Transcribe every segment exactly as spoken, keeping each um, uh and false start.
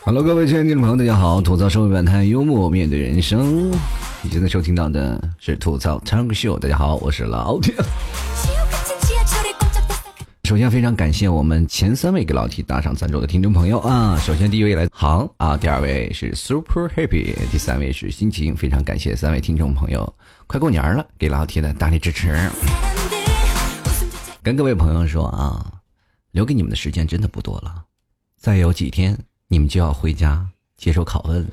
Hello， 各位亲爱的听众朋友，大家好！吐槽社会百态，幽默面对人生。你现在收听到的是吐槽唱歌秀。大家好，我是老铁。首先非常感谢我们前三位给老 T 打赏赞助的听众朋友啊！首先第一位来航啊，第二位是 Super Happy， 第三位是心情。非常感谢三位听众朋友，快过年了，给老 T 的大力支持。跟各位朋友说啊，留给你们的时间真的不多了，再有几天你们就要回家接受拷问了。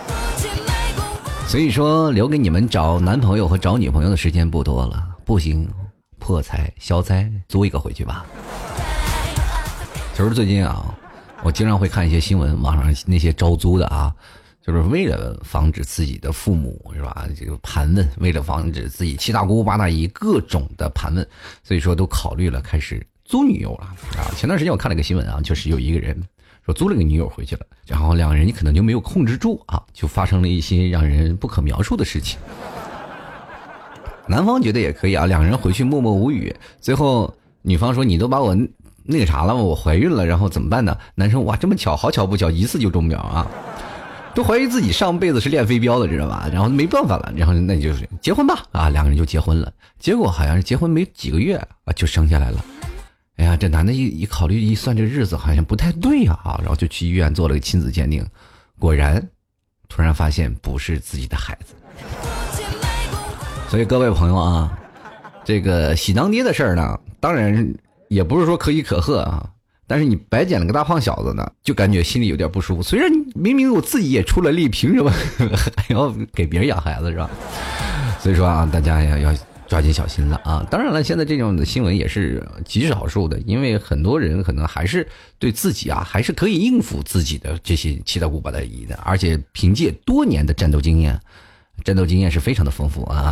所以说留给你们找男朋友和找女朋友的时间不多了，不行破财消灾租一个回去吧。其实最近啊，我经常会看一些新闻，网上那些招租的啊，就是为了防止自己的父母是吧，这个盘问，为了防止自己七大姑八大姨各种的盘问，所以说都考虑了开始租女友了啊。前段时间我看了个新闻啊，就是有一个人说租了个女友回去了，然后两个人可能就没有控制住啊，就发生了一些让人不可描述的事情。男方觉得也可以啊，两个人回去默默无语，最后女方说你都把我那个啥了，我怀孕了，然后怎么办呢？男生哇这么巧，好巧不巧，一次就中标啊，都怀疑自己上辈子是练飞镖的，知道吧？然后没办法了，然后那就是结婚吧啊，两个人就结婚了。结果好像是结婚没几个月啊就生下来了。哎呀，这男的一一考虑一算这日子好像不太对啊，啊，然后就去医院做了个亲子鉴定，果然突然发现不是自己的孩子。所以各位朋友啊，这个喜当爹的事儿呢，当然也不是说可喜可贺啊，但是你白捡了个大胖小子呢，就感觉心里有点不舒服。虽然明明我自己也出了力，凭什么还要给别人养孩子是吧？所以说啊，大家要要抓紧小心了啊！当然了，现在这种的新闻也是极少数的，因为很多人可能还是对自己啊，还是可以应付自己的这些七大姑八大姨的，而且凭借多年的战斗经验，战斗经验是非常的丰富啊。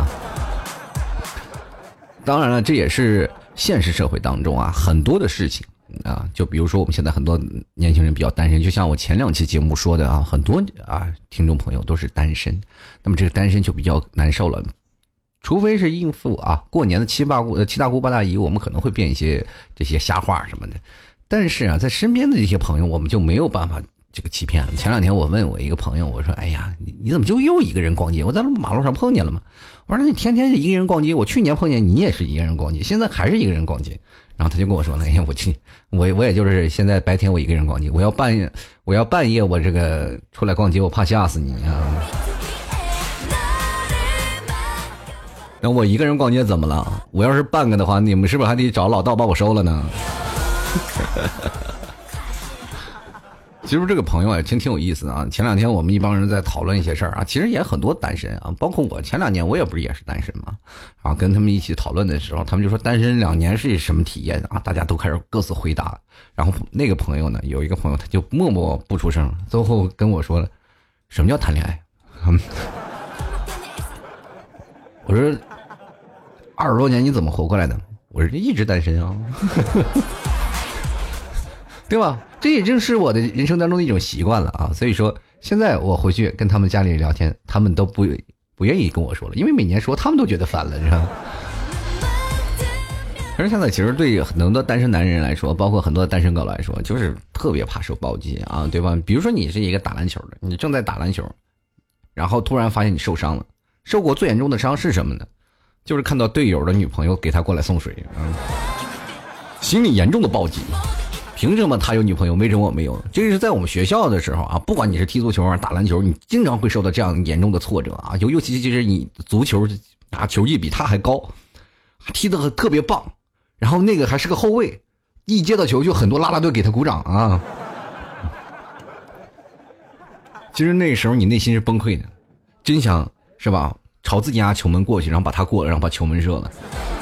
当然了，这也是现实社会当中啊很多的事情啊，就比如说我们现在很多年轻人比较单身，就像我前两期节目说的啊，很多啊听众朋友都是单身，那么这个单身就比较难受了。除非是应付啊过年的七八姑七大姑八大姨，我们可能会变一些这些瞎话什么的，但是啊在身边的这些朋友我们就没有办法这个欺骗了。前两天我问我一个朋友，我说哎呀你你怎么就又一个人逛街？我在马路上碰见了吗？我说你天天一个人逛街，我去年碰见你也是一个人逛街，现在还是一个人逛街。然后他就跟我说哎呀我去我我也就是现在白天我一个人逛街，我要半夜我要半夜我这个出来逛街，我怕吓死你啊。那我一个人逛街怎么了？我要是半个的话，你们是不是还得找老道把我收了呢？其实这个朋友啊，真挺有意思啊。前两天我们一帮人在讨论一些事儿啊，其实也很多单身啊，包括我前两年我也不是也是单身嘛。然后跟他们一起讨论的时候，他们就说单身两年是什么体验啊？大家都开始各自回答。然后那个朋友呢，有一个朋友他就默默不出声，最后跟我说了，什么叫谈恋爱？我说二十多年你怎么活过来的？我说一直单身啊，对吧？这已经是我的人生当中的一种习惯了啊。所以说现在我回去跟他们家里聊天，他们都不不愿意跟我说了，因为每年说他们都觉得烦了，知道吗？可是现在其实对很多单身男人来说，包括很多单身狗来说，就是特别怕受暴击啊，对吧？比如说你是一个打篮球的，你正在打篮球，然后突然发现你受伤了，受过最严重的伤是什么呢？就是看到队友的女朋友给他过来送水，嗯，心理严重的暴击。凭什么他有女朋友，为什么我没有？这是在我们学校的时候啊，不管你是踢足球啊、打篮球，你经常会受到这样严重的挫折啊。尤尤其其实你足球啊，球技比他还高，踢得特别棒，然后那个还是个后卫，一接到球就很多啦啦队给他鼓掌啊。其实那时候你内心是崩溃的，真想是吧？朝自己家球门过去，然后把他过了，然后把球门射了。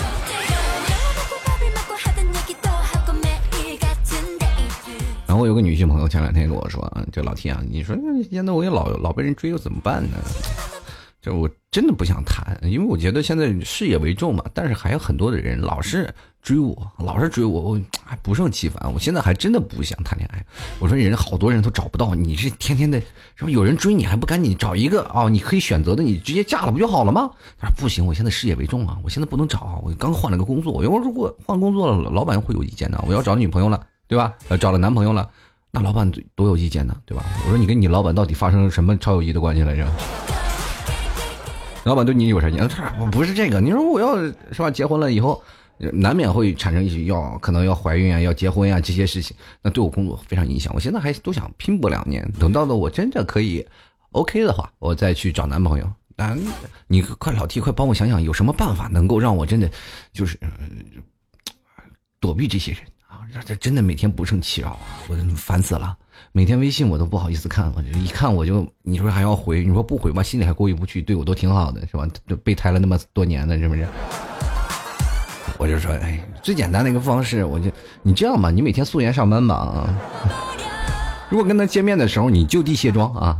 然后我有个女性朋友前两天跟我说，这老天啊，你说现在我也老老被人追，我怎么办呢？这我真的不想谈，因为我觉得现在事业为重嘛，但是还有很多的人老是追我，老是追我，我还不胜其烦。我现在还真的不想谈恋爱。我说人好多人都找不到，你是天天的，是不是有人追你还不赶紧找一个哦？你可以选择的，你直接嫁了不就好了吗？他说不行，我现在事业为重啊，我现在不能找啊，我刚换了个工作，我要如果换工作了，老板会有意见的。我要找女朋友了，对吧？呃，找了男朋友了。 那老板多有意见呢，对吧？我说你跟你老板到底发生什么超友谊的关系来着？老板对你有啥意见？不是这个，你说我要是吧，结婚了以后，难免会产生一些要可能要怀孕啊、要结婚啊这些事情，那对我工作非常影响。我现在还都想拼搏两年，等到了我真的可以 OK 的话，我再去找男朋友。啊，你快老弟，快帮我想想有什么办法能够让我真的就是、呃、躲避这些人啊，让这真的每天不胜其扰啊，我烦死了。每天微信我都不好意思看，我就一看我就，你说还要回，你说不回吧，心里还过意不去，对我都挺好的，是吧？备胎了那么多年的，是不是？我就说，哎，最简单的一个方式，我就你这样吧，你每天素颜上班吧啊。如果跟他见面的时候，你就地卸妆啊。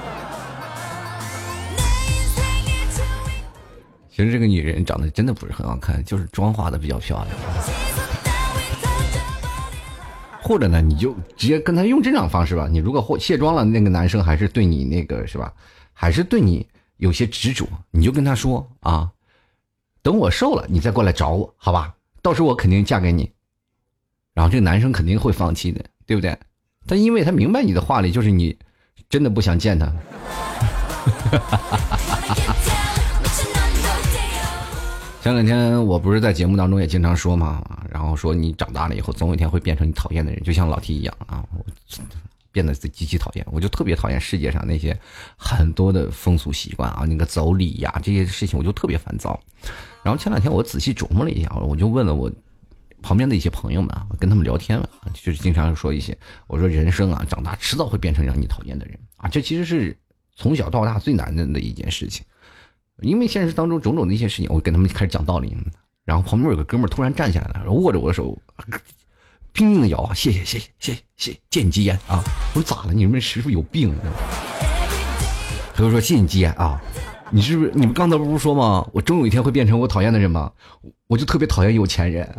其实这个女人长得真的不是很好看，就是妆化的比较漂亮。或者呢，你就直接跟他用这种方式吧。你如果卸妆了，那个男生还是对你那个是吧，还是对你有些执着，你就跟他说啊，等我瘦了，你再过来找我，好吧？到时候我肯定嫁给你。然后这个男生肯定会放弃的，对不对？但因为他明白你的话里就是你真的不想见他。前两天我不是在节目当中也经常说嘛，然后说你长大了以后总有一天会变成你讨厌的人，就像老 T 一样啊，我变得极其讨厌。我就特别讨厌世界上那些很多的风俗习惯啊，那个走礼呀、啊、这些事情，我就特别烦躁。然后前两天我仔细琢磨了一下，我就问了我旁边的一些朋友们啊，跟他们聊天了，就是经常说一些，我说人生啊，长大迟早会变成让你讨厌的人啊，这其实是从小到大最难的的一件事情。因为现实当中种种的一些事情，我跟他们开始讲道理，然后旁边有个哥们儿突然站起来了，握着我的手，拼命的摇啊，谢谢谢谢谢谢谢谢，借你吉言啊！我说咋了？你们是不是有病？他就说谢你吉言啊，你是不是你们刚才不是说吗？我终有一天会变成我讨厌的人吗？我就特别讨厌有钱人。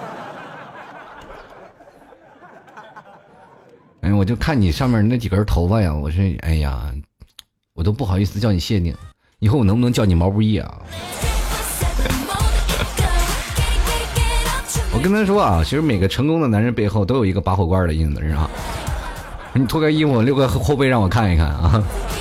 哎，我就看你上面那几根头发呀，我说哎呀，我都不好意思叫你谢你。以后我能不能叫你毛不易啊？我跟他说啊，其实每个成功的男人背后都有一个拔火罐的印子，是吧？你脱个衣服，溜个后背让我看一看啊！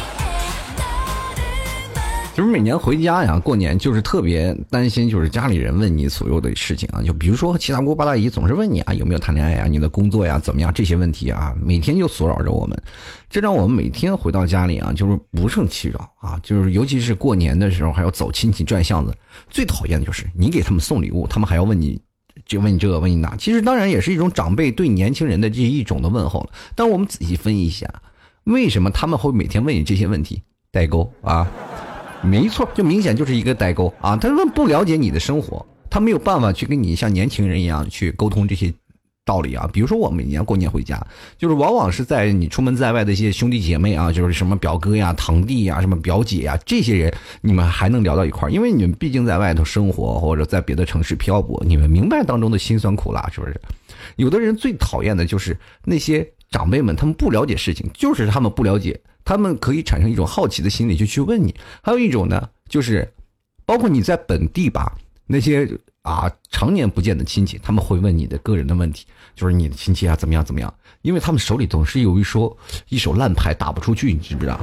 就是每年回家呀，过年就是特别担心，就是家里人问你所有的事情啊，就比如说七大姑八大姨总是问你啊，有没有谈恋爱啊，你的工作呀怎么样，这些问题啊，每天就骚扰着我们，这让我们每天回到家里啊，就是不胜其扰啊，就是尤其是过年的时候还要走亲戚转巷子，最讨厌的就是你给他们送礼物，他们还要问你。就问你这个问你那，其实当然也是一种长辈对年轻人的这一种的问候了。但我们仔细分析一下，为什么他们会每天问你这些问题？代沟啊，没错，就明显就是一个代沟啊。他们不了解你的生活，他没有办法去跟你像年轻人一样去沟通这些道理啊。比如说我每年过年回家，就是往往是在你出门在外的一些兄弟姐妹啊，就是什么表哥呀、堂弟呀、什么表姐呀，这些人你们还能聊到一块儿，因为你们毕竟在外头生活或者在别的城市漂泊，你们明白当中的辛酸苦辣，是不是？有的人最讨厌的就是那些长辈们，他们不了解事情，就是他们不了解，他们可以产生一种好奇的心理就去问你。还有一种呢，就是包括你在本地吧，那些啊常年不见的亲戚，他们会问你的个人的问题，就是你的亲戚啊怎么样怎么样，因为他们手里总是有一手一手烂牌打不出去，你知不知道？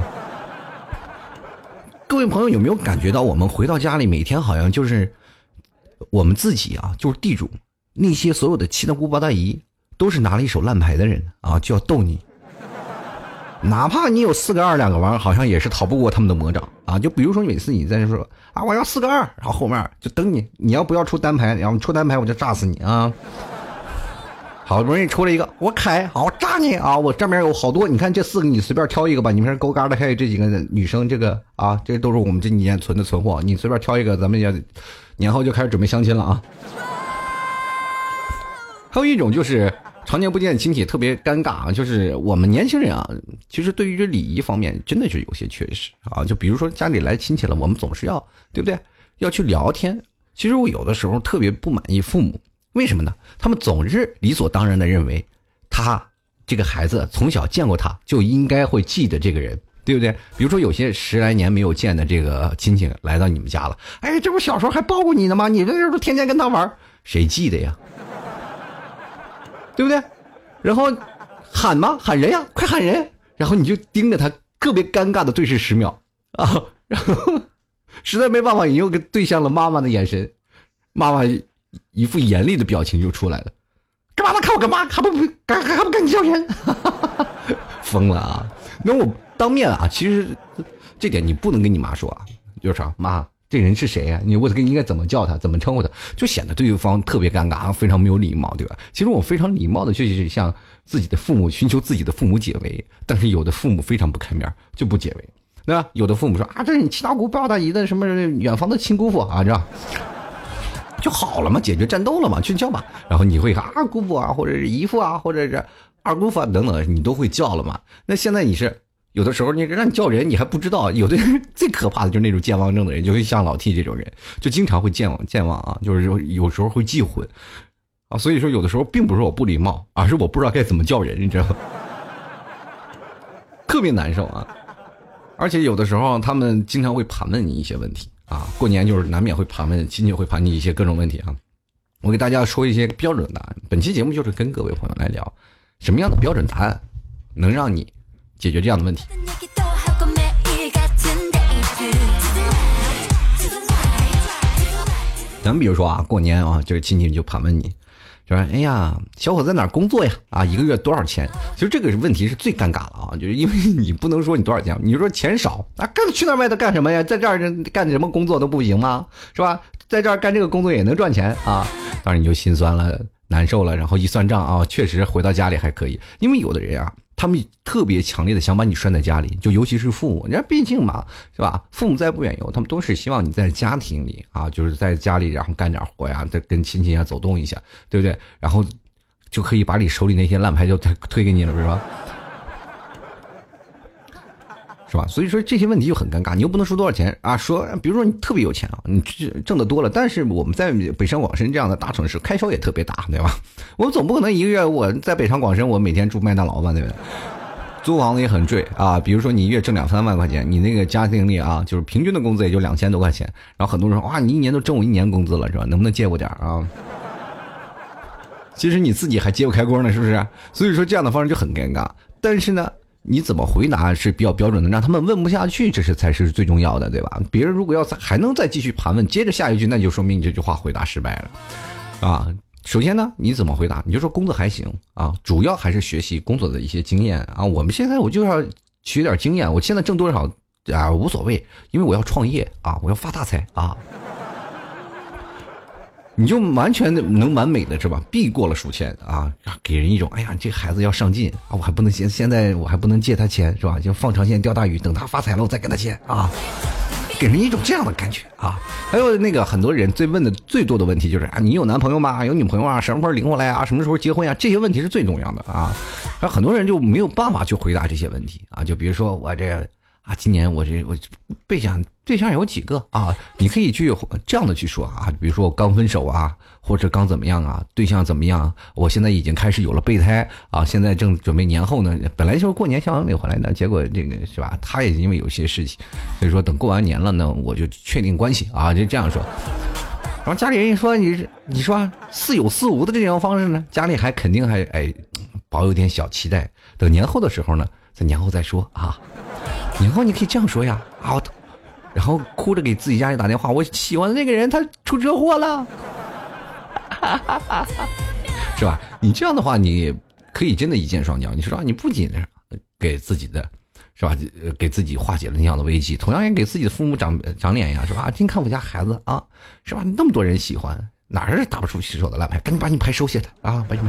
各位朋友有没有感觉到，我们回到家里每天好像就是我们自己啊，就是地主，那些所有的七大姑八大姨都是拿了一手烂牌的人啊，就要逗你。哪怕你有四个二两个王，好像也是逃不过他们的魔掌啊！就比如说每次你在这说啊，我要四个二，然后后面就等你，你要不要出单牌？然后出单牌我就炸死你啊！好不容易出了一个，我开，好炸你啊！我这边有好多，你看这四个你随便挑一个吧。你们勾嘎的还有这几个女生，这个啊，这都是我们这几年存的存货，你随便挑一个，咱们也年后就开始准备相亲了啊！还有一种就是常年不见的亲戚特别尴尬啊，就是我们年轻人啊，其实对于这礼仪方面真的是有些缺失啊。就比如说家里来亲戚了，我们总是要对不对？要去聊天。其实我有的时候特别不满意父母，为什么呢？他们总是理所当然的认为，他这个孩子从小见过他，就应该会记得这个人，对不对？比如说有些十来年没有见的这个亲戚来到你们家了，哎，这不小时候还抱过你呢吗？你这时候天天跟他玩，谁记得呀？对不对？然后喊吗？喊人呀，快喊人！然后你就盯着他，特别尴尬的对视十秒啊，然后实在没办法，你又对向了妈妈的眼神，妈妈一副严厉的表情就出来了，干嘛呢？看我干嘛？还不赶还不赶紧叫人？疯了啊！那我当面啊，其实这点你不能跟你妈说啊，就是啥妈。这人是谁呀、啊？你我应该怎么叫他？怎么称呼他？就显得对方特别尴尬，非常没有礼貌，对吧？其实我非常礼貌的，就是向自己的父母寻求自己的父母解围，但是有的父母非常不开面，就不解围。那有的父母说啊，这是你七大姑八大姨的什么远房的亲姑父啊，这样就好了嘛，解决战斗了嘛，去叫嘛。然后你会啊姑父啊，或者是姨父啊，或者是二姑父啊等等，你都会叫了嘛。那现在你是。有的时候你让你叫人你还不知道，有的人最可怕的就是那种健忘症的人，就会像老 T 这种人，就经常会健忘健忘啊，就是有时候会记混啊，所以说有的时候并不是我不礼貌，而是我不知道该怎么叫人，你知道吗？特别难受啊！而且有的时候他们经常会盘问你一些问题啊，过年就是难免会盘问，亲戚会盘你一些各种问题啊。我给大家说一些标准答案，本期节目就是跟各位朋友来聊什么样的标准答案能让你解决这样的问题。咱们比如说啊，过年啊，这个亲戚就盘问你，说：“哎呀，小伙子在哪儿工作呀？啊，一个月多少钱？”其实这个问题是最尴尬的啊，就是因为你不能说你多少钱，你说钱少啊，干去那外头干什么呀？在这儿干什么工作都不行吗？是吧？在这儿干这个工作也能赚钱啊，当然你就心酸了。难受了，然后一算账啊，确实回到家里还可以，因为有的人啊，他们特别强烈的想把你拴在家里，就尤其是父母，人家毕竟嘛，是吧？父母再不远游，他们都是希望你在家庭里啊，就是在家里然后干点活呀，再跟亲戚啊走动一下，对不对？然后就可以把你手里那些烂牌就推给你了，是吧？是吧？所以说这些问题就很尴尬，你又不能说多少钱啊，说比如说你特别有钱啊，你挣得多了，但是我们在北上广深这样的大城市，开销也特别大，对吧？我们总不可能一个月我在北上广深，我每天住麦当劳吧，对不对？租房子也很贵啊，比如说你一月挣两三万块钱，你那个家庭里啊，就是平均的工资也就两千多块钱，然后很多人说哇，你一年都挣我一年工资了，是吧？能不能借我点啊？其实你自己还揭不开锅呢，是不是？所以说这样的方式就很尴尬，但是呢。你怎么回答是比较标准的，让他们问不下去，这是才是最重要的，对吧？别人如果要还能再继续盘问，接着下一句，那就说明你这句话回答失败了啊。首先呢，你怎么回答？你就说工作还行啊，主要还是学习工作的一些经验啊。我们现在我就要学点经验，我现在挣多少啊无所谓，因为我要创业啊，我要发大财啊。你就完全能完美的是吧？避过了数钱啊，给人一种哎呀，这孩子要上进啊，我还不能现现在我还不能借他钱是吧？就放长线钓大鱼，等他发财了我再给他钱啊，给人一种这样的感觉啊。还有那个很多人最问的最多的问题就是啊，你有男朋友吗？有女朋友啊？什么时候领回来啊？什么时候结婚啊？这些问题是最重要的啊。而很多人就没有办法去回答这些问题啊，就比如说我这个。啊，今年我这我对象对象有几个啊？你可以去这样的去说啊，比如说我刚分手啊，或者刚怎么样啊，对象怎么样？我现在已经开始有了备胎啊，现在正准备年后呢。本来就是过年相完没回来的，结果这个是吧？他也因为有些事情，所以说等过完年了呢，我就确定关系啊，就这样说。然后家里人一说你你说似有似无的这种方式呢，家里还肯定还哎保有点小期待，等年后的时候呢，在年后再说啊。年后你可以这样说呀啊，然后哭着给自己家里打电话，我喜欢的那个人他出车祸了，是吧？你这样的话，你可以真的一箭双雕。你说你不仅给自己的是吧，给自己化解了那样的危机，同样也给自己的父母长长脸呀，是吧？您看我家孩子啊，是吧？那么多人喜欢，哪是打不出洗手的烂牌？赶紧把你牌收下来啊，把你们。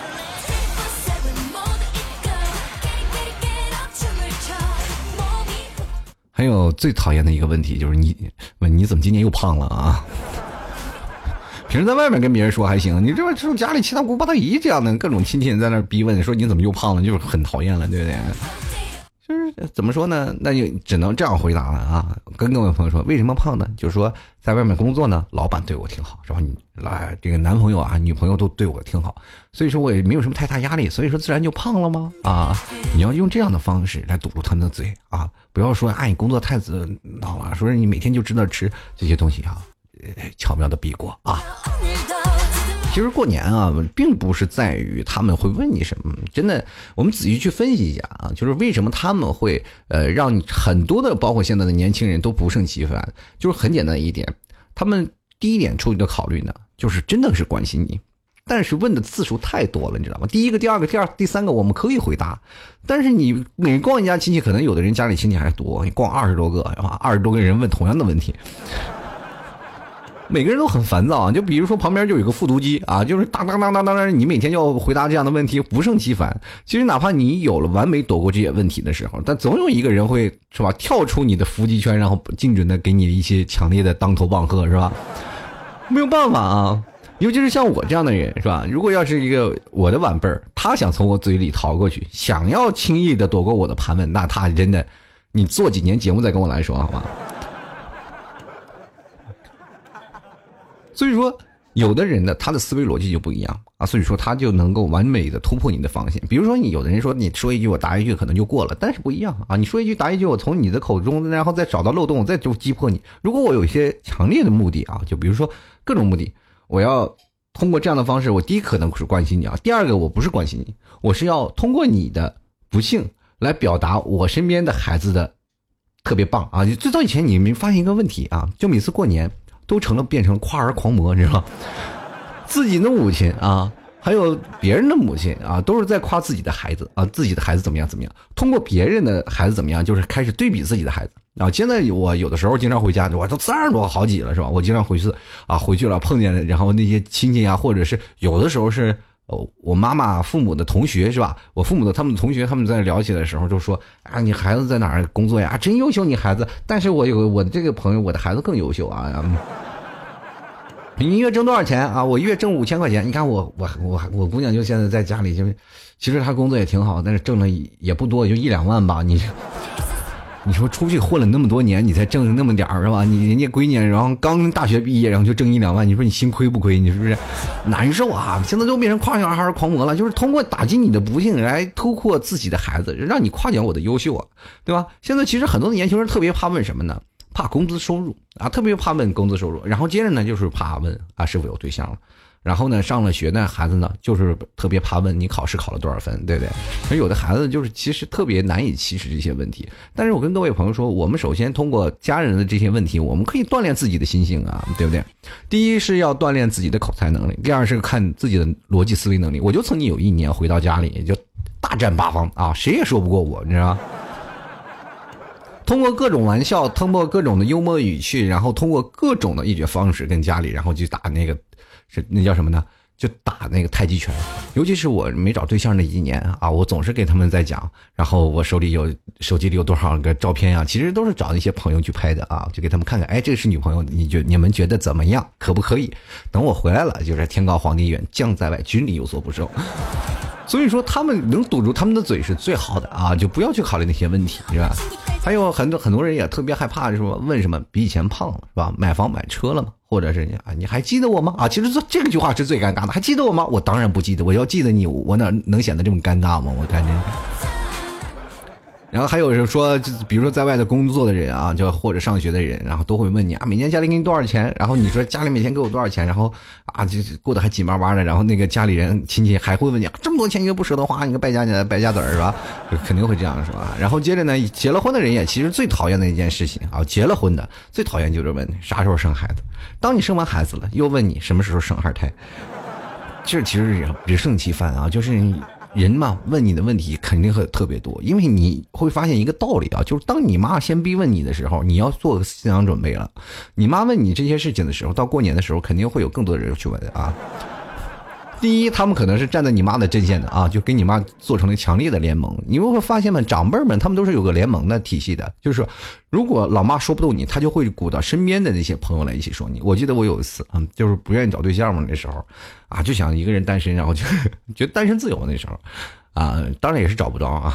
还有最讨厌的一个问题就是你问你怎么今年又胖了啊？平时在外面跟别人说还行，你这这家里七大姑八大姨这样的各种亲戚在那逼问说你怎么又胖了，就是很讨厌了，对不对？就是怎么说呢？那就只能这样回答了啊！跟各位朋友说，为什么胖呢？就是说在外面工作呢，老板对我挺好，是吧？你来这个男朋友啊、女朋友都对我挺好，所以说我也没有什么太大压力，所以说自然就胖了吗？啊！你要用这样的方式来堵住他们的嘴啊！不要说哎，你工作太闹了，说你每天就知道吃这些东西啊，巧妙的避过啊。 其实过年啊，并不是在于他们会问你什么，真的，我们仔细去分析一下啊，就是为什么他们会呃让你很多的，包括现在的年轻人都不胜其烦，就是很简单的一点，他们第一点出于的考虑呢，就是真的是关心你。但是问的次数太多了，你知道吗？第一个、第二个、第二、第三个我们可以回答，但是你每逛一家亲戚，可能有的人家里亲戚还多，你逛二十多个，二十多个人问同样的问题，每个人都很烦躁啊。就比如说旁边就有一个复读机啊，就是当当当当当，你每天就要回答这样的问题，不胜其烦。其实哪怕你有了完美躲过这些问题的时候，但总有一个人会是吧，跳出你的伏击圈，然后精准的给你一些强烈的当头棒喝，是吧？没有办法啊。尤其是像我这样的人，是吧？如果要是一个我的晚辈儿，他想从我嘴里逃过去，想要轻易的躲过我的盘问，那他真的，你做几年节目再跟我来说好吗？所以说，有的人呢，他的思维逻辑就不一样啊，所以说他就能够完美的突破你的防线。比如说，你有的人说你说一句我答一句可能就过了，但是不一样啊，你说一句答一句，我从你的口中然后再找到漏洞，再就击破你。如果我有一些强烈的目的啊，就比如说各种目的。我要通过这样的方式，我第一可能是关心你啊，第二个我不是关心你，我是要通过你的不幸来表达我身边的孩子的特别棒啊！最早以前你没发现一个问题啊，就每次过年都成了变成夸儿狂魔，你知道吗？自己的母亲啊，还有别人的母亲啊，都是在夸自己的孩子啊，自己的孩子怎么样怎么样，通过别人的孩子怎么样，就是开始对比自己的孩子。啊，现在我有的时候经常回家，我都三十多好几了，是吧？我经常回去啊，回去了碰见，然后那些亲戚啊，或者是有的时候是哦，我妈妈父母的同学，是吧？我父母的他们的同学，他们在聊起来的时候就说啊，你孩子在哪儿工作呀？啊，真优秀，你孩子。但是我有我的这个朋友，我的孩子更优秀啊。你一月挣多少钱啊？我一月挣五千块钱。你看我我我我姑娘就现在在家里，就其实她工作也挺好，但是挣了也不多，也就一两万吧。你。你说出去混了那么多年，你才挣那么点儿是吧？你人家闺女，然后刚大学毕业，然后就挣一两万，你说你心亏不亏？你是不是难受啊？现在都变成夸小孩狂魔了，就是通过打击你的不幸来突破自己的孩子，让你夸奖我的优秀啊，对吧？现在其实很多的年轻人特别怕问什么呢？怕工资收入啊，特别怕问工资收入，然后接着呢就是怕问啊是否有对象了。然后呢，上了学的孩子呢，就是特别怕问你考试考了多少分，对不对？而有的孩子就是其实特别难以启齿这些问题。但是我跟各位朋友说，我们首先通过家人的这些问题，我们可以锻炼自己的心性啊，对不对？第一是要锻炼自己的口才能力，第二是看自己的逻辑思维能力。我就曾经有一年回到家里，就大战八方啊，谁也说不过我，你知道吗？通过各种玩笑，通过各种的幽默语气，然后通过各种的一些方式跟家里，然后去打那个。是那叫什么呢？就打那个太极拳。尤其是我没找对象那几年啊，我总是给他们在讲，然后我手里有手机里有多少个照片啊，其实都是找一些朋友去拍的啊，就给他们看看，哎，这个是女朋友，你觉你们觉得怎么样？可不可以？等我回来了，就是天高皇帝远，将在外，军礼有所不受。所以说他们能堵住他们的嘴是最好的啊，就不要去考虑那些问题，是吧？还有很多很多人也特别害怕，是吧？问什么比以前胖了，是吧？买房买车了吗？或者是啊，你还记得我吗？啊，其实这这个句话是最尴尬的，还记得我吗？我当然不记得，我要记得你，我哪能显得这么尴尬吗？我感觉。然后还有人说，就比如说在外的工作的人啊，就或者上学的人，然后都会问你啊，每年家里给你多少钱？然后你说家里每天给我多少钱？然后啊，就过得还紧巴巴的。然后那个家里人亲戚还会问你，啊、这么多钱你又不舍得花，你个败家败家子儿是吧？就肯定会这样是吧？然后接着呢，结了婚的人也其实最讨厌的一件事情啊，结了婚的最讨厌就是问啥时候生孩子。当你生完孩子了，又问你什么时候生二胎，这其实是不胜其烦啊，就是你。人嘛，问你的问题肯定会特别多，因为你会发现一个道理啊，就是当你妈先逼问你的时候，你要做个思想准备了。你妈问你这些事情的时候，到过年的时候，肯定会有更多的人去问啊。第一，他们可能是站在你妈的阵线的啊，就跟你妈做成了强烈的联盟。你会发现嘛，长辈们他们都是有个联盟的体系的，就是如果老妈说不动你，他就会鼓捣身边的那些朋友来一起说你。我记得我有一次啊、嗯，就是不愿意找对象嘛，那时候啊，就想一个人单身，然后就觉得单身自由那时候啊，当然也是找不着啊。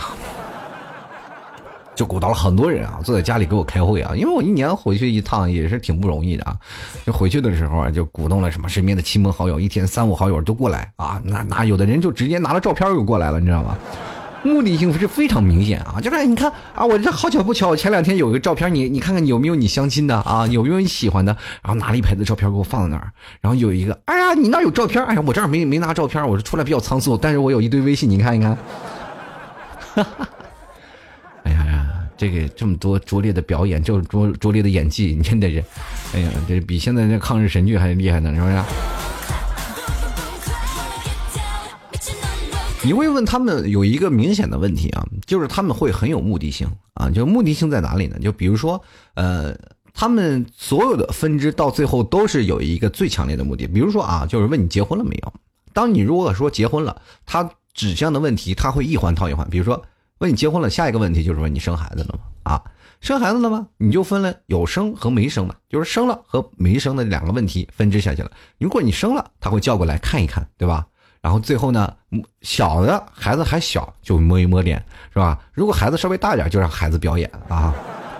就鼓捣了很多人啊，坐在家里给我开会啊，因为我一年回去一趟也是挺不容易的啊。就回去的时候啊，就鼓动了什么身边的亲朋好友，一天三五好友都过来啊，那那有的人就直接拿了照片就过来了，你知道吗？ 目的性是非常明显啊，就是你看啊，我这好巧不巧，我前两天有个照片，你你看看有没有你相亲的啊，有没有你喜欢的，然后拿了一排的照片给我放在那儿，然后有一个，哎呀，你那有照片？哎呀，我这儿没没拿照片，我是出来比较仓促，但是我有一堆微信，你看一看。哎呀呀，这个这么多拙劣的表演，这种拙拙劣的演技，你真的是，哎呀，这比现在这抗日神剧还厉害呢，是不是？你会问他们有一个明显的问题啊，就是他们会很有目的性啊，就目的性在哪里呢？就比如说，呃，他们所有的分支到最后都是有一个最强烈的目的，比如说啊，就是问你结婚了没有。当你如果说结婚了，他指向的问题他会一环套一环，比如说问你结婚了，下一个问题就是问你生孩子了吗？啊，生孩子了吗？你就分了有生和没生嘛，就是生了和没生的两个问题分支下去了。如果你生了，他会叫过来看一看，对吧？然后最后呢，小的孩子还小就摸一摸脸，是吧？如果孩子稍微大点，就让孩子表演啊。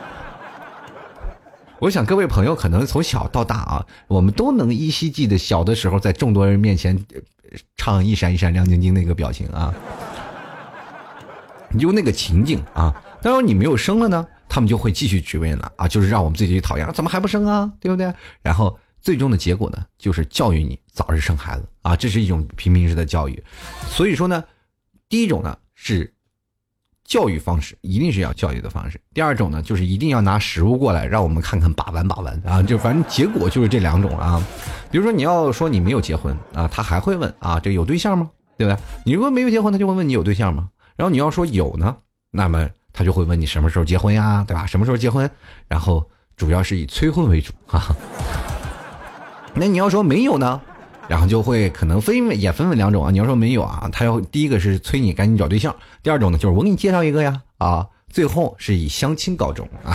我想各位朋友可能从小到大啊，我们都能依稀记得小的时候在众多人面前唱一闪一闪亮晶晶那个表情啊，你就那个情景啊。当然你没有生了呢，他们就会继续追问了啊，就是让我们自己讨厌，怎么还不生啊，对不对？然后最终的结果呢，就是教育你早日生孩子啊，这是一种平民式的教育。所以说呢，第一种呢是教育方式，一定是要教育的方式；第二种呢，就是一定要拿食物过来让我们看看把玩把玩啊，就反正结果就是这两种啊。比如说你要说你没有结婚啊，他还会问啊，这有对象吗？对不对？你如果没有结婚，他就会问你有对象吗？然后你要说有呢，那么他就会问你什么时候结婚呀，对吧？什么时候结婚？然后主要是以催婚为主啊。那你要说没有呢，然后就会可能分也分为两种啊。你要说没有啊，他要第一个是催你赶紧找对象，第二种呢就是我给你介绍一个呀啊，最后是以相亲告终啊。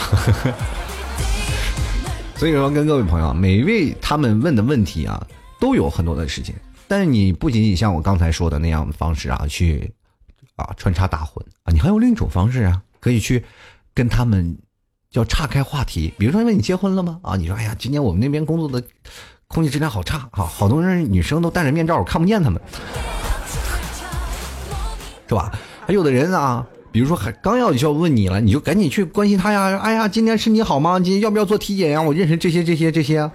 所以说跟各位朋友，每一位他们问的问题啊，都有很多的事情，但是你不仅仅像我刚才说的那样的方式啊，去啊穿插大混啊，你还有另一种方式啊，可以去跟他们叫岔开话题。比如说问你结婚了吗？啊，你说哎呀，今年我们那边工作的空气质量好差啊，好多人女生都戴着面罩，我看不见他们，是吧？还有的人啊，比如说还刚要就要问你了，你就赶紧去关心他呀。哎呀，今天身体好吗？今天要不要做体检呀？我认识这些这些这些。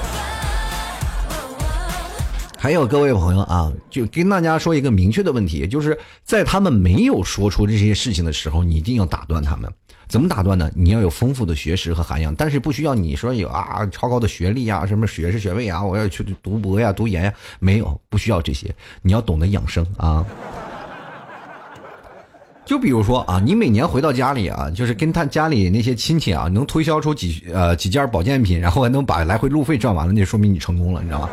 还有各位朋友啊，就跟大家说一个明确的问题，就是在他们没有说出这些事情的时候，你一定要打断他们。怎么打断呢？你要有丰富的学识和涵养，但是不需要你说有啊超高的学历啊，什么学士学位啊，我要去读博呀、读研呀，没有，不需要这些。你要懂得养生啊。就比如说啊，你每年回到家里啊，就是跟他家里那些亲戚啊，能推销出几呃几件保健品，然后还能把来回路费赚完了，那说明你成功了，你知道吗？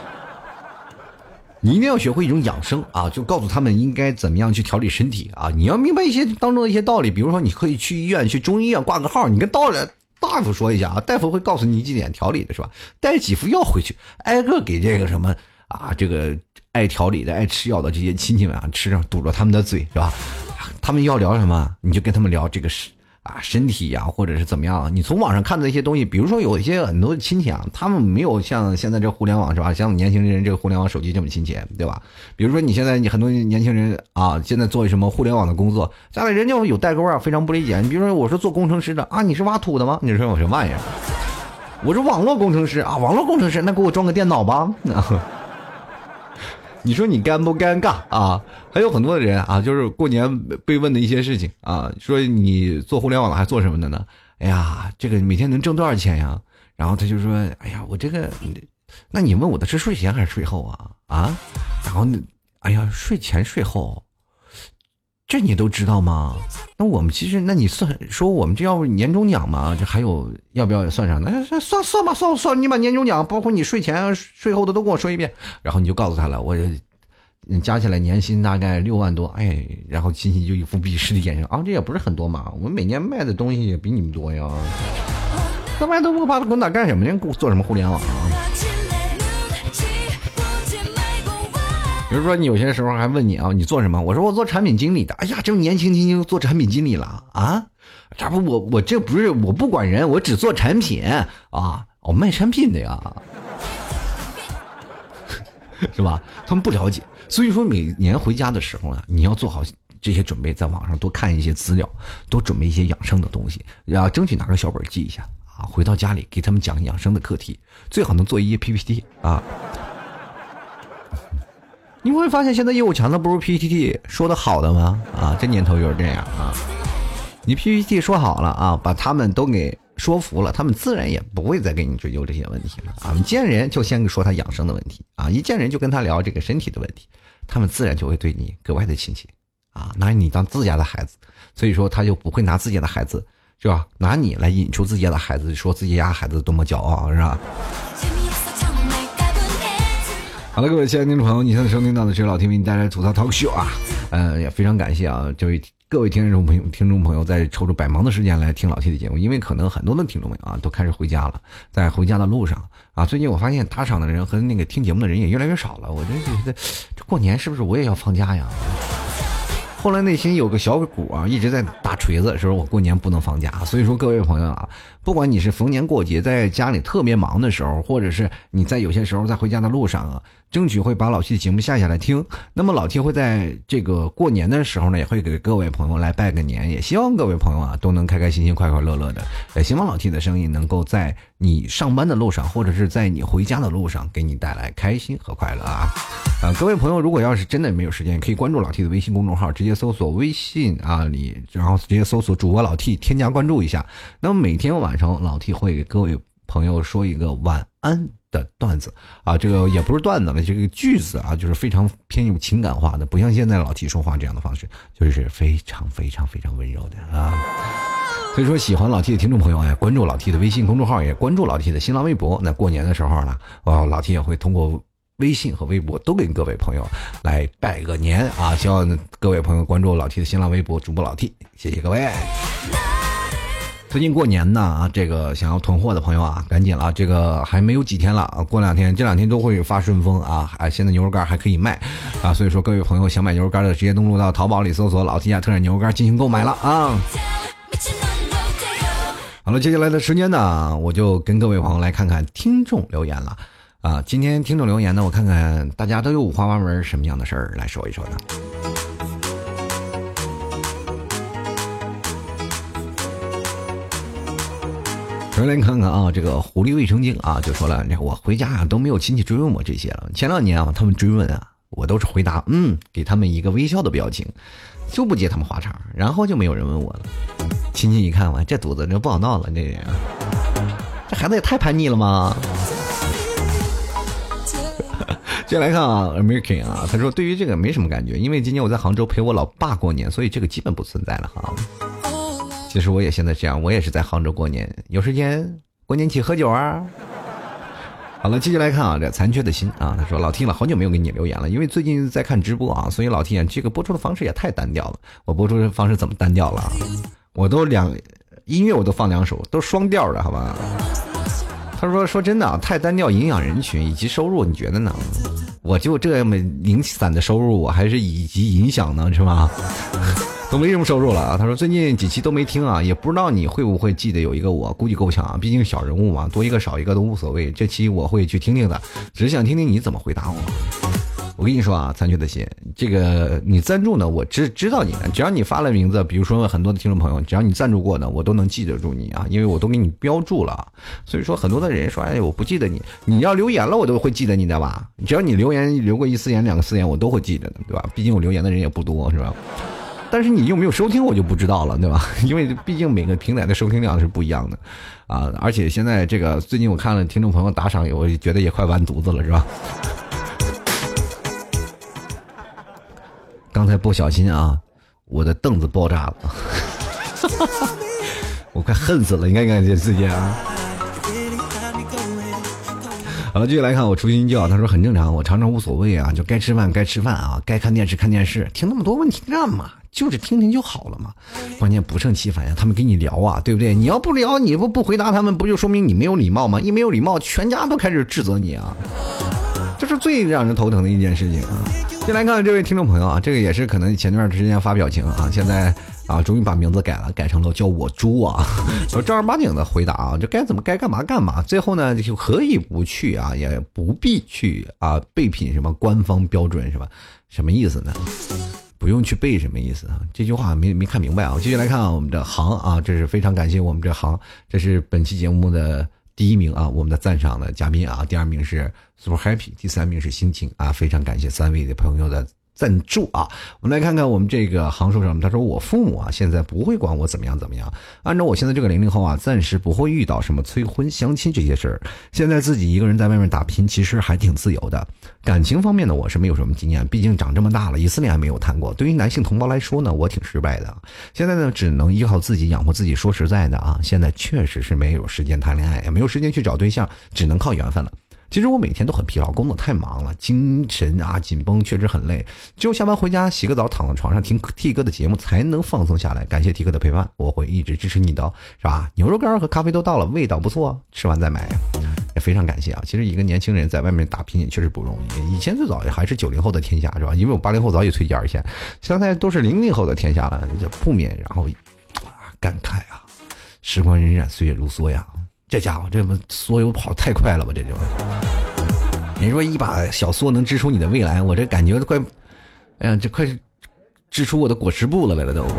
你一定要学会一种养生啊，就告诉他们应该怎么样去调理身体啊。你要明白一些当中的一些道理，比如说你可以去医院去中医院挂个号，你跟道理大夫说一下啊，大夫会告诉你几点调理的，是吧？带几副药回去，挨个给这个什么啊，这个爱调理的、爱吃药的这些亲戚们啊，吃上堵着他们的嘴，是吧？他们要聊什么，你就跟他们聊这个是啊，身体呀、啊，或者是怎么样？你从网上看的一些东西，比如说有一些很多的亲戚啊，他们没有像现在这互联网是吧？像年轻人这个互联网手机这么亲切，对吧？比如说你现在你很多年轻人啊，现在做什么互联网的工作，家里人家有代沟啊，非常不理解。你比如说我是做工程师的啊，你是挖土的吗？你说我什么玩意儿？我是网络工程师啊，网络工程师，那给我装个电脑吧。你说你尴不尴尬啊？还有很多的人啊，就是过年被问的一些事情啊，说你做互联网了还做什么的呢？哎呀，这个每天能挣多少钱呀？然后他就说，哎呀，我这个，那你问我的是税前还是税后啊？啊？然后，哎呀，税前税后，这你都知道吗？那我们其实，那你算说我们这要年终奖吗？这还有要不要算上？那算算吧，算算你把年终奖，包括你税前税后的都跟我说一遍。然后你就告诉他了，我加起来年薪大概六万多。哎，然后亲戚就一副鄙视的眼神啊，这也不是很多嘛，我们每年卖的东西也比你们多呀。那玩意都不怕，滚打干什么呢？做什么互联网啊？比如说你有些时候还问你啊，你做什么？我说我做产品经理的。哎呀，这种年轻轻就做产品经理了啊？这不我我这不是我不管人，我只做产品啊，我卖产品的呀，是吧？他们不了解，所以说每年回家的时候啊，你要做好这些准备在网上多看一些资料，多准备一些养生的东西，然后争取拿个小本记一下啊，回到家里给他们讲养生的课题，最好能做一页 P P T 啊。你会发现现在业务强的不如 P P T 说的好的吗？啊，这年头就是这样啊。你 P P T 说好了啊，把他们都给说服了，他们自然也不会再给你追究这些问题了啊。你见人就先说他养生的问题啊，一见人就跟他聊这个身体的问题，他们自然就会对你格外的亲切啊，拿你当自家的孩子，所以说他就不会拿自己的孩子是吧，拿你来引出自家的孩子，说自己家孩子多么骄傲是吧。好了，各位亲爱的听众朋友，你现在收听到的是老 T 为你带来吐槽 talk show 啊，呃，也非常感谢啊，这位各位听众朋友，听众朋友在抽出百忙的时间来听老 T 的节目，因为可能很多的听众朋友啊都开始回家了，在回家的路上啊，最近我发现打赏的人和那个听节目的人也越来越少了，我就觉得这过年是不是我也要放假呀？后来内心有个小鼓啊，一直在打锤子，说我过年不能放假。所以说各位朋友啊，不管你是逢年过节在家里特别忙的时候，或者是你在有些时候在回家的路上啊，争取会把老 T 的节目下下来听。那么老 T 会在这个过年的时候呢，也会给各位朋友来拜个年，也希望各位朋友啊都能开开心心快快乐乐的，也希望老 T 的声音能够在你上班的路上，或者是在你回家的路上给你带来开心和快乐啊。呃，各位朋友如果要是真的没有时间，可以关注老 T 的微信公众号，直接搜索微信啊里，然后直接搜索主播老 T 添加关注一下。那么每天晚上老 T 会给各位朋友说一个晚安的段子啊，这个也不是段子了，这个句子啊，就是非常偏有情感化的，不像现在老 T 说话这样的方式，就是非常非常非常温柔的啊。所以说喜欢老 T 的听众朋友哎，关注老 T 的微信公众号，也关注老 T 的新浪微博。那过年的时候呢，哦，老 T 也会通过微信和微博都给各位朋友来拜个年啊！希望各位朋友关注老 T 的新浪微博主播老 T， 谢谢各位。最近过年呢啊，这个想要囤货的朋友啊，赶紧了，这个还没有几天了啊，过两天这两天都会发顺丰啊，哎，现在牛肉干还可以卖啊，所以说各位朋友想买牛肉干的，直接登录到淘宝里搜索老 T 家特产牛肉干进行购买了啊。好了，接下来的时间呢，我就跟各位朋友来看看听众留言了。啊，今天听众留言呢，我看看大家都有五花八门什么样的事儿来说一说呢？首先来看看啊，这个狐狸未成精啊，就说了，我回家啊都没有亲戚追问我这些了。前两年啊，他们追问啊，我都是回答嗯，给他们一个微笑的表情，就不接他们话茬，然后就没有人问我了。亲戚一看完，这犊子这不好闹了，这人，这孩子也太叛逆了吗？接下来看啊 American 啊，他说对于这个没什么感觉，因为今年我在杭州陪我老爸过年，所以这个基本不存在了哈。其实我也现在这样，我也是在杭州过年，有时间过年一起喝酒啊。好了，接下来看啊，这残缺的心啊，他说老 T 了，好久没有给你留言了，因为最近在看直播啊，所以老 T 这个播出的方式也太单调了。我播出的方式怎么单调了？我都两音乐我都放两首，都双调的好吧？他说说真的啊，太单调，影响人群以及收入，你觉得呢？我就这么零散的收入，我还是以及影响呢，是吧？都没什么收入了啊。他说最近几期都没听啊，也不知道你会不会记得有一个我，估计够呛啊，毕竟小人物嘛，多一个少一个都无所谓。这期我会去听听的，只是想听听你怎么回答我。我跟你说啊，残缺的心，这个你赞助呢，我知知道你的，只要你发了名字，比如说很多的听众朋友，只要你赞助过的，我都能记得住你啊，因为我都给你标注了。所以说很多的人说，哎，我不记得你，你要留言了，我都会记得你的吧？只要你留言留过一次言、两个次言，我都会记得的，对吧？毕竟我留言的人也不多，是吧？但是你有没有收听，我就不知道了，对吧？因为毕竟每个平台的收听量是不一样的啊。而且现在这个最近我看了听众朋友打赏，我觉得也快完犊子了，是吧？刚才不小心啊，我的凳子爆炸了，我快恨死了！你看看这世界啊！好了，继续来看我出新教，他说很正常，我常常无所谓啊，就该吃饭该吃饭啊，该看电视看电视，听那么多问题干嘛？就是听听就好了嘛。关键不胜其烦呀，他们跟你聊啊，对不对？你要不聊，你不不回答他们，不就说明你没有礼貌吗？一没有礼貌，全家都开始指责你啊，这是最让人头疼的一件事情啊。先来看这位听众朋友啊，这个也是可能前段时间发表情啊，现在啊终于把名字改了，改成了叫我猪啊，我正儿八经的回答啊，这该怎么该干嘛干嘛，最后呢就可以不去啊，也不必去啊，备品什么官方标准是吧？什么意思呢？ 不用去背什么意思啊？这句话没没看明白啊！继续来看啊，我们的航啊，这是非常感谢我们这航，这是本期节目的第一名啊，我们的赞赏的嘉宾啊，第二名是 Super Happy， 第三名是心情啊，非常感谢三位的朋友的赞助啊！我们来看看我们这个航说什么？他说我父母啊，现在不会管我怎么样怎么样。按照我现在这个零零后啊，暂时不会遇到什么催婚、相亲这些事儿。现在自己一个人在外面打拼，其实还挺自由的。感情方面呢，我是没有什么经验，毕竟长这么大了，一次恋爱没有谈过。对于男性同胞来说呢，我挺失败的。现在呢，只能依靠自己养活自己。说实在的啊，现在确实是没有时间谈恋爱，也没有时间去找对象，只能靠缘分了。其实我每天都很疲劳，工作太忙了，精神啊紧绷，确实很累。只有下班回家洗个澡，躺在床上听 T 哥的节目，才能放松下来。感谢 T 哥的陪伴，我会一直支持你的，是吧？牛肉干和咖啡都到了，味道不错，吃完再买。也非常感谢啊！其实一个年轻人在外面打拼也确实不容易。以前最早也还是九零后的天下，是吧？因为我八零后早已退居二线，现在都是零零后的天下了，这不免然后啊感慨啊，时光荏苒，岁月如梭呀。这家伙这么梭油跑太快了吧，这就你说一把小梭能织出你的未来，我这感觉都快哎呀这快织出我的果实布了来了都。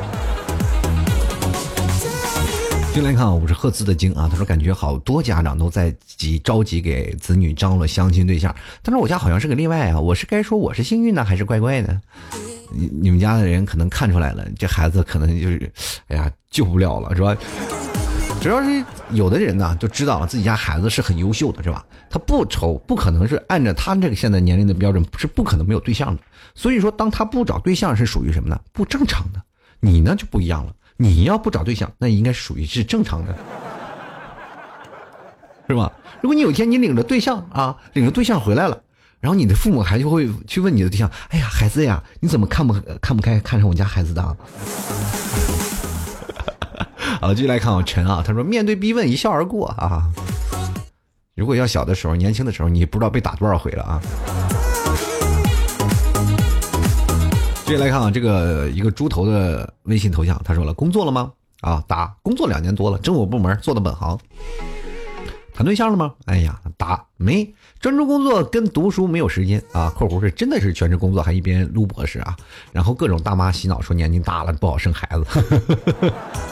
进来看啊，我是赫兹的精啊，他说感觉好多家长都在急着急给子女招了相亲对象，但是我家好像是个例外啊，我是该说我是幸运呢还是怪怪呢？你你们家的人可能看出来了，这孩子可能就是哎呀救不了了，是吧？主要是有的人呢就知道了自己家孩子是很优秀的，是吧？他不愁，不可能是按照他这个现在年龄的标准是不可能没有对象的。所以说当他不找对象是属于什么呢？不正常的。你呢就不一样了，你要不找对象那应该属于是正常的，是吧？如果你有一天你领着对象啊，领着对象回来了，然后你的父母还就会去问你的对象，哎呀孩子呀，你怎么看不看不开看上我家孩子的啊？好，继续来看啊，陈啊，他说面对逼问一笑而过啊。如果要小的时候，年轻的时候，你不知道被打多少回了啊。继续来看啊，这个一个猪头的微信头像，他说了工作了吗？啊，答工作两年多了，政府部门做的本行。谈对象了吗？哎呀，答没，专注工作跟读书没有时间啊。括弧是真的是全职工作，还一边录博士啊。然后各种大妈洗脑说年纪大了不好生孩子。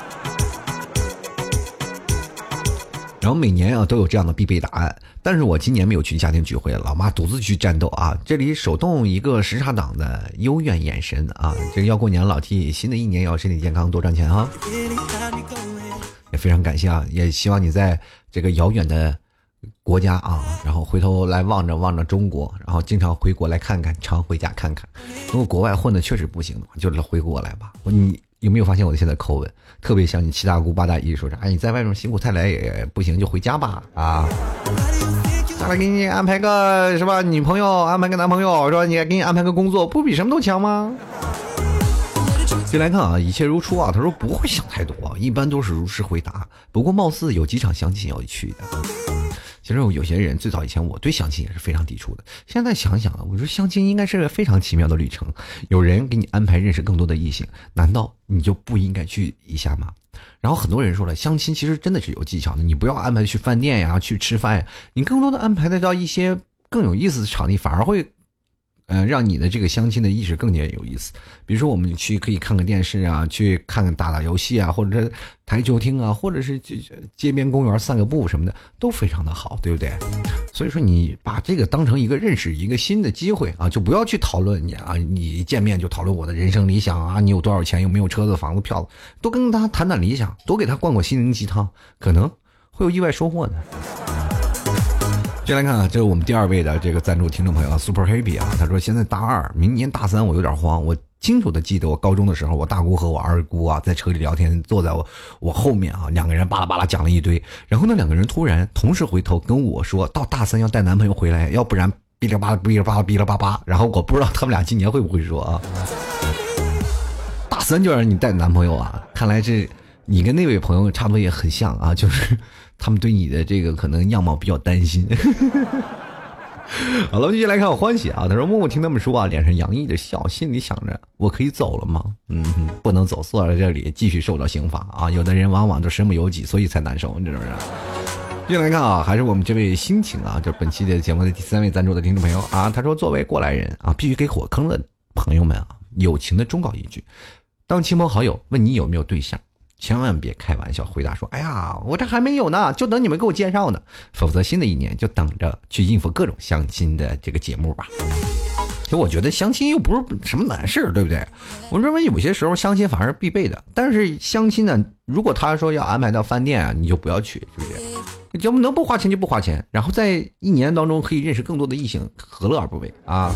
然后每年啊都有这样的必备答案，但是我今年没有去家庭聚会，老妈独自去战斗啊。这里手动一个时差党的幽怨眼神啊，这个要过年老 T， 新的一年要身体健康多赚钱啊。也非常感谢啊，也希望你在这个遥远的国家啊，然后回头来望着望着中国，然后经常回国来看看，常回家看看。如果国外混的确实不行的话，就回国来吧。你有没有发现我的现在口吻特别像你七大姑八大姨说啥？哎，你在外面辛苦太来也不行，就回家吧啊！下来给你安排个是吧女朋友，安排个男朋友，说你给你安排个工作，不比什么都强吗？进来看啊，一切如初啊。他说不会想太多，一般都是如实回答。不过貌似有几场相亲要去的。其实有些人最早以前我对相亲也是非常抵触的，现在想想啊，我说相亲应该是个非常奇妙的旅程，有人给你安排认识更多的异性，难道你就不应该去一下吗？然后很多人说了，相亲其实真的是有技巧的，你不要安排去饭店呀，去吃饭呀，你更多的安排得到一些更有意思的场地，反而会呃，让你的这个相亲的意识更加有意思。比如说我们去可以看个电视啊，去看看打打游戏啊，或者是台球厅啊，或者是街边公园散个步什么的，都非常的好，对不对？所以说你把这个当成一个认识一个新的机会啊，就不要去讨论你啊，你见面就讨论我的人生理想啊，你有多少钱，有没有车子房子票子，多跟他谈谈理想，多给他灌灌心灵鸡汤，可能会有意外收获的。接来看啊，这是我们第二位的这个赞助听众朋友 Super Happy 啊，他说现在大二，明年大三，我有点慌。我清楚的记得我高中的时候，我大姑和我二姑啊在车里聊天，坐在我我后面啊，两个人巴拉巴拉讲了一堆，然后那两个人突然同时回头跟我说，到大三要带男朋友回来，要不然哔哩吧啦哔哩吧啦哔哩吧吧。然后我不知道他们俩今年会不会说啊，大三就让你带男朋友啊，看来这你跟那位朋友差不多也很像啊，就是他们对你的这个可能样貌比较担心。好了，继续来看我欢喜啊，他说默默听他们说啊，脸上洋溢着笑，心里想着我可以走了吗？嗯，不能走，坐在这里继续受到刑罚啊！有的人往往就身不由己，所以才难受，你知道不知道？继续来看啊，还是我们这位心情啊，就是本期的节目的第三位赞助的听众朋友啊，他说作为过来人啊，必须给火坑的朋友们啊， 友情的忠告一句：当亲朋好友问你有没有对象，千万别开玩笑回答说哎呀我这还没有呢，就等你们给我介绍呢，否则新的一年就等着去应付各种相亲的这个节目吧。其实我觉得相亲又不是什么难事，对不对？我认为有些时候相亲反而是必备的，但是相亲呢，如果他说要安排到饭店啊，你就不要去，是不是？要不能不花钱就不花钱，然后在一年当中可以认识更多的异性，何乐而不为啊？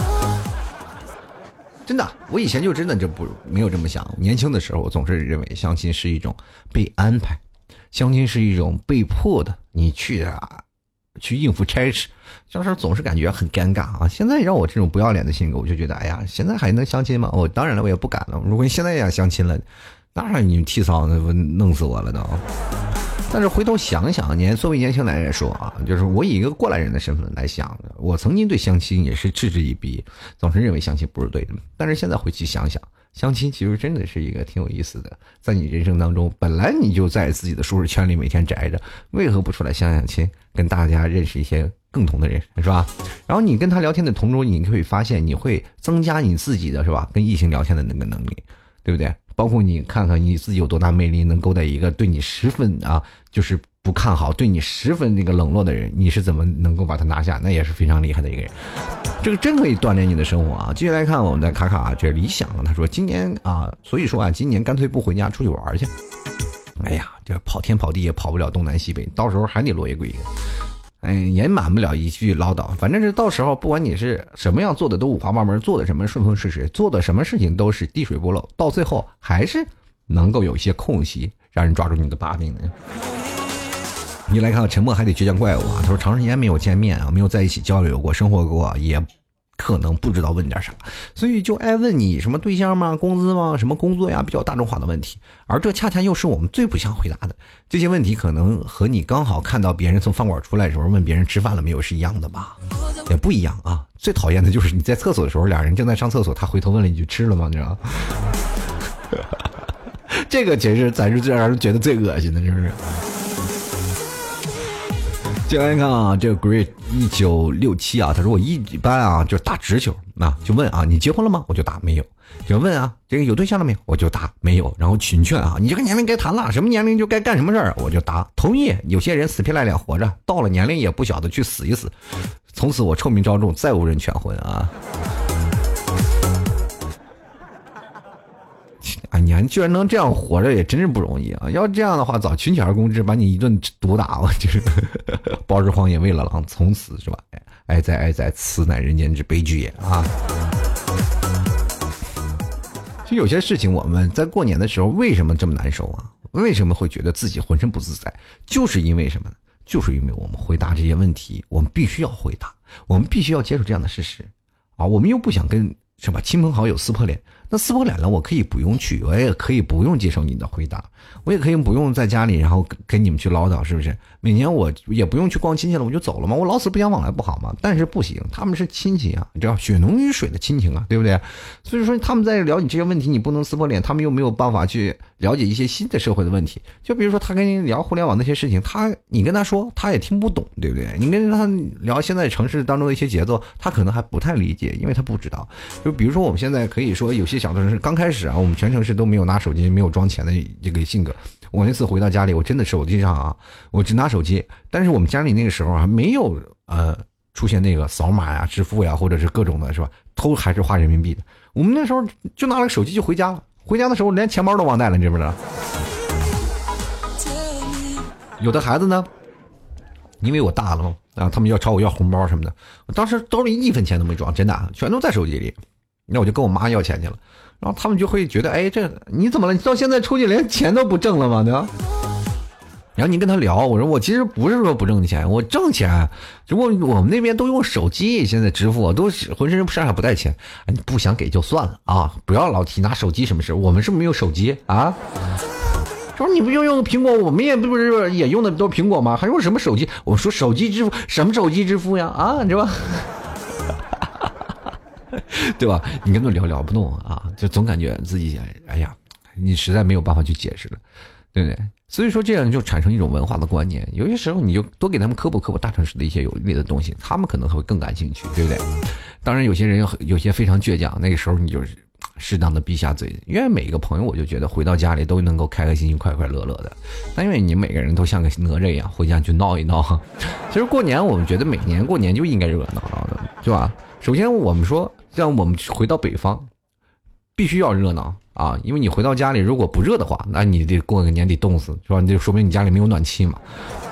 真的，我以前就真的就不没有这么想。年轻的时候，我总是认为相亲是一种被安排，相亲是一种被迫的，你去啊，去应付差事，就是总是感觉很尴尬啊。现在让我这种不要脸的性格，我就觉得，哎呀，现在还能相亲吗？哦，当然了，我也不敢了。如果你现在也想相亲了，当然你替嫂子弄死我了都。但是回头想想，年作为年轻男人来说啊，就是我以一个过来人的身份来想，我曾经对相亲也是嗤之以鼻，总是认为相亲不是对的。但是现在回去想想，相亲其实真的是一个挺有意思的。在你人生当中，本来你就在自己的舒适圈里每天宅着，为何不出来相相亲，跟大家认识一些共同的人，是吧？然后你跟他聊天的同中，你会发现你会增加你自己的是吧，跟异性聊天的那个能力，对不对？包括你看看你自己有多大魅力，能勾搭一个对你十分啊，就是不看好，对你十分那个冷落的人，你是怎么能够把他拿下？那也是非常厉害的一个人。这个真可以锻炼你的生活啊！接下来看我们的卡卡这理想，他说今年啊，所以说啊，今年干脆不回家，出去玩去。哎呀，这跑天跑地也跑不了东南西北，到时候还得落叶归根。嗯，也满不了一句唠叨，反正是到时候不管你是什么样做的都五花八门，做的什么顺风顺水，做的什么事情都是滴水不漏，到最后还是能够有一些空隙让人抓住你的把柄的。你来看，沉默还得倔强怪物啊！他说长时间没有见面啊，没有在一起交流过，生活过，也可能不知道问点啥，所以就爱问你什么对象吗？工资吗？什么工作呀？比较大众化的问题，而这恰恰又是我们最不想回答的。这些问题可能和你刚好看到别人从饭馆出来的时候问别人吃饭了没有是一样的吧？也不一样啊！最讨厌的就是你在厕所的时候，俩人正在上厕所，他回头问了一句吃了吗？你知道？这个其实才是最让人觉得最恶心的，是不是？接下来看啊，这个 Great 一九六七啊，他说我一般啊就打直球啊，就问啊你结婚了吗？我就答没有。就问啊这个有对象了没有？我就答没有。然后群劝啊你这个年龄该谈了，什么年龄就该干什么事儿，我就答同意。有些人死皮赖脸活着，到了年龄也不晓得去死一死，从此我臭名昭著，再无人劝婚啊。啊，你还居然能这样活着，也真是不容易啊！要这样的话，早群起而攻之，把你一顿毒打了，就是包日荒野喂了狼，从此是吧？哀哉哀哉，此乃人间之悲剧也啊！其实有些事情，我们在过年的时候为什么这么难受啊？为什么会觉得自己浑身不自在？就是因为什么呢？就是因为我们回答这些问题，我们必须要回答，我们必须要接受这样的事实啊！我们又不想跟是吧亲朋好友撕破脸。那撕破脸了，我可以不用去，我也可以不用接受你的回答，我也可以不用在家里然后跟你们去唠叨，是不是？每年我也不用去逛亲戚了，我就走了嘛，我老死不相往来不好吗？但是不行，他们是亲戚啊，这血浓于水的亲情啊，对不对？所以说他们在聊你这些问题，你不能撕破脸，他们又没有办法去了解一些新的社会的问题。就比如说他跟你聊互联网那些事情，他你跟他说他也听不懂，对不对？你跟他聊现在城市当中的一些节奏，他可能还不太理解，因为他不知道。就比如说我们现在可以说有些小城市刚开始啊，我们全城市都没有拿手机没有装钱的这个性格。我那次回到家里，我真的手机上啊，我只拿手机，但是我们家里那个时候还没有呃出现那个扫码呀、支付呀，或者是各种的是吧？都还是花人民币的。我们那时候就拿了个手机就回家了，回家的时候连钱包都忘带了，你知不知道？有的孩子呢，因为我大了嘛，啊，他们要朝我要红包什么的，我当时兜里一分钱都没装，真的，全都在手机里。那我就跟我妈要钱去了，然后他们就会觉得，哎，这你怎么了？你到现在出去连钱都不挣了吗？对吧？然后你跟他聊，我说我其实不是说不挣钱，我挣钱，只不过我们那边都用手机，现在支付都浑身上下不带钱，你不想给就算了啊，不要老提拿手机什么事，我们是没有手机啊。说你不用用苹果，我们也不是也用的都是苹果吗？还用什么手机？我说手机支付，什么手机支付呀？啊，你知道吧？对吧？你跟他聊聊不动啊，就总感觉自己哎呀，你实在没有办法去解释了，对不对？所以说这样就产生一种文化的观念，有些时候你就多给他们科普科普大城市的一些有利的东西，他们可能会更感兴趣，对不对？当然有些人有有些非常倔强，那个时候你就是适当的闭下嘴。因为每个朋友，我就觉得回到家里都能够开开心心、快快乐乐的。那因为你每个人都像个哪吒一样，回家去闹一闹。其实过年，我们觉得每年过年就应该热热闹闹的，对吧？首先我们说，像我们回到北方，必须要热闹啊，因为你回到家里如果不热的话，那你得过个年得冻死，是吧？你就说明你家里没有暖气嘛。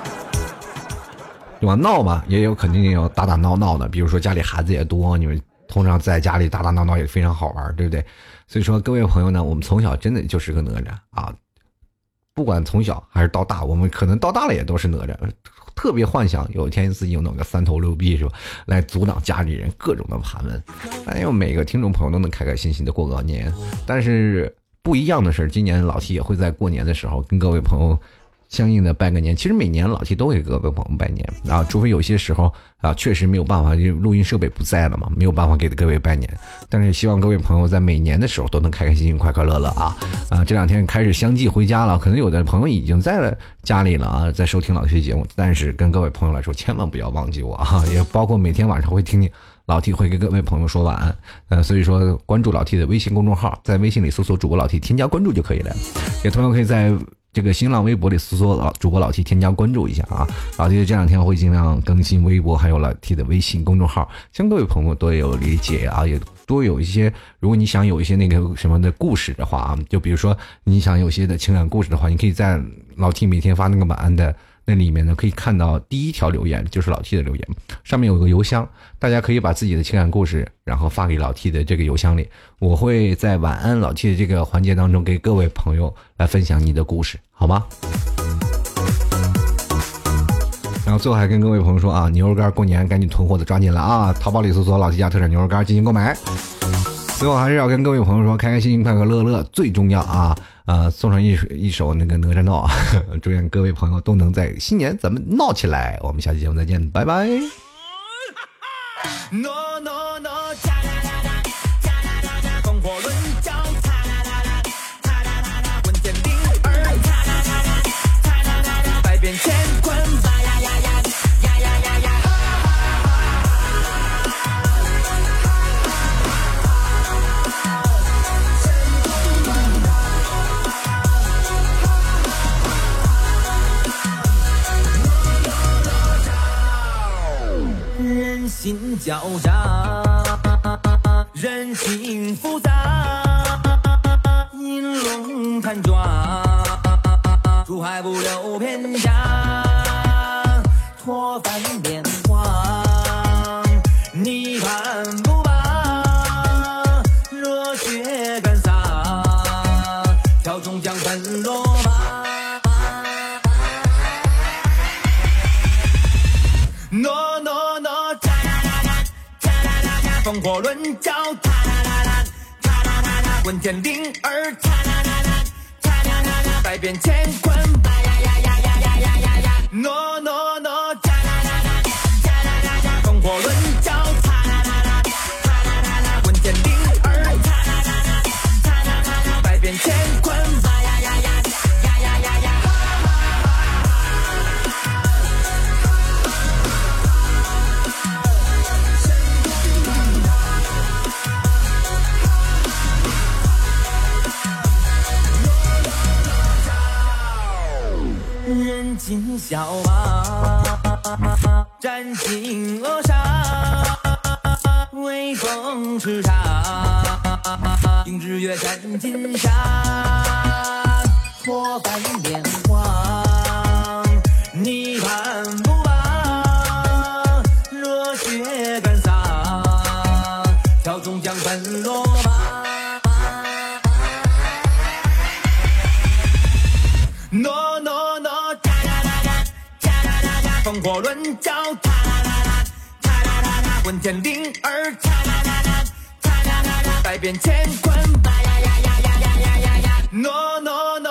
对吧？闹嘛，也有肯定也有打打闹闹的，比如说家里孩子也多，你们通常在家里打打闹闹也非常好玩，对不对？所以说各位朋友呢，我们从小真的就是个哪吒啊，不管从小还是到大，我们可能到大了也都是哪吒，特别幻想有一天自己有那个三头六臂是吧，来阻挡家里人各种的盘问。哎呦，每个听众朋友都能开开心心的过个年，但是不一样的是，今年老 T 也会在过年的时候跟各位朋友相应的拜个年。其实每年老 T 都给各位朋友拜年啊，除非有些时候啊确实没有办法，因为录音设备不在了嘛，没有办法给各位拜年。但是希望各位朋友在每年的时候都能开开心心、快快乐乐啊！啊，这两天开始相继回家了，可能有的朋友已经在了家里了啊，在收听老 T 的节目。但是跟各位朋友来说，千万不要忘记我啊！也包括每天晚上会听你。老 T 会跟各位朋友说晚安，呃，所以说关注老 T 的微信公众号，在微信里搜索主播老 T 添加关注就可以了，也同样可以在这个新浪微博里搜索老主播老 T 添加关注一下啊。老 T 这两天会尽量更新微博还有老 T 的微信公众号，希望各位朋友多有理解啊，也多有一些，如果你想有一些那个什么的故事的话啊，就比如说你想有些的情感故事的话，你可以在老 T 每天发那个晚安的那里面呢，可以看到第一条留言就是老 T 的留言，上面有个邮箱，大家可以把自己的情感故事然后发给老 T 的这个邮箱里，我会在晚安老 T 的这个环节当中给各位朋友来分享你的故事，好吗？然后最后还跟各位朋友说啊，牛肉干过年赶紧囤货的抓紧了啊，淘宝里搜索老 T 家特产牛肉干进行购买。最后还是要跟各位朋友说，开开心心快快乐乐最重要啊！啊、呃，送上一首一首那个哪吒闹，祝愿各位朋友都能在新年咱们闹起来。我们下期节目再见，拜拜。No, no, no, 烽火轮角，混天绫儿，百变乾坤，呀呀呀呀呀呀呀！人心交杂，人心复杂，银龙盘抓，出海不留偏家，脱凡变化，你看不罢，热血干洒，挑中将分落马。No no no， 烽火轮角，混天绫儿，百变乾坤，No no no， 烽火轮角，混天绫儿，百变乾坤。人尽笑马，斩尽扼杀，威风叱咤，定日月斩金沙，脱凡变化，你看不罢，热血干洒，挑中将分落马。No no no， 烽火轮角，混天绫儿，百变乾坤，No no。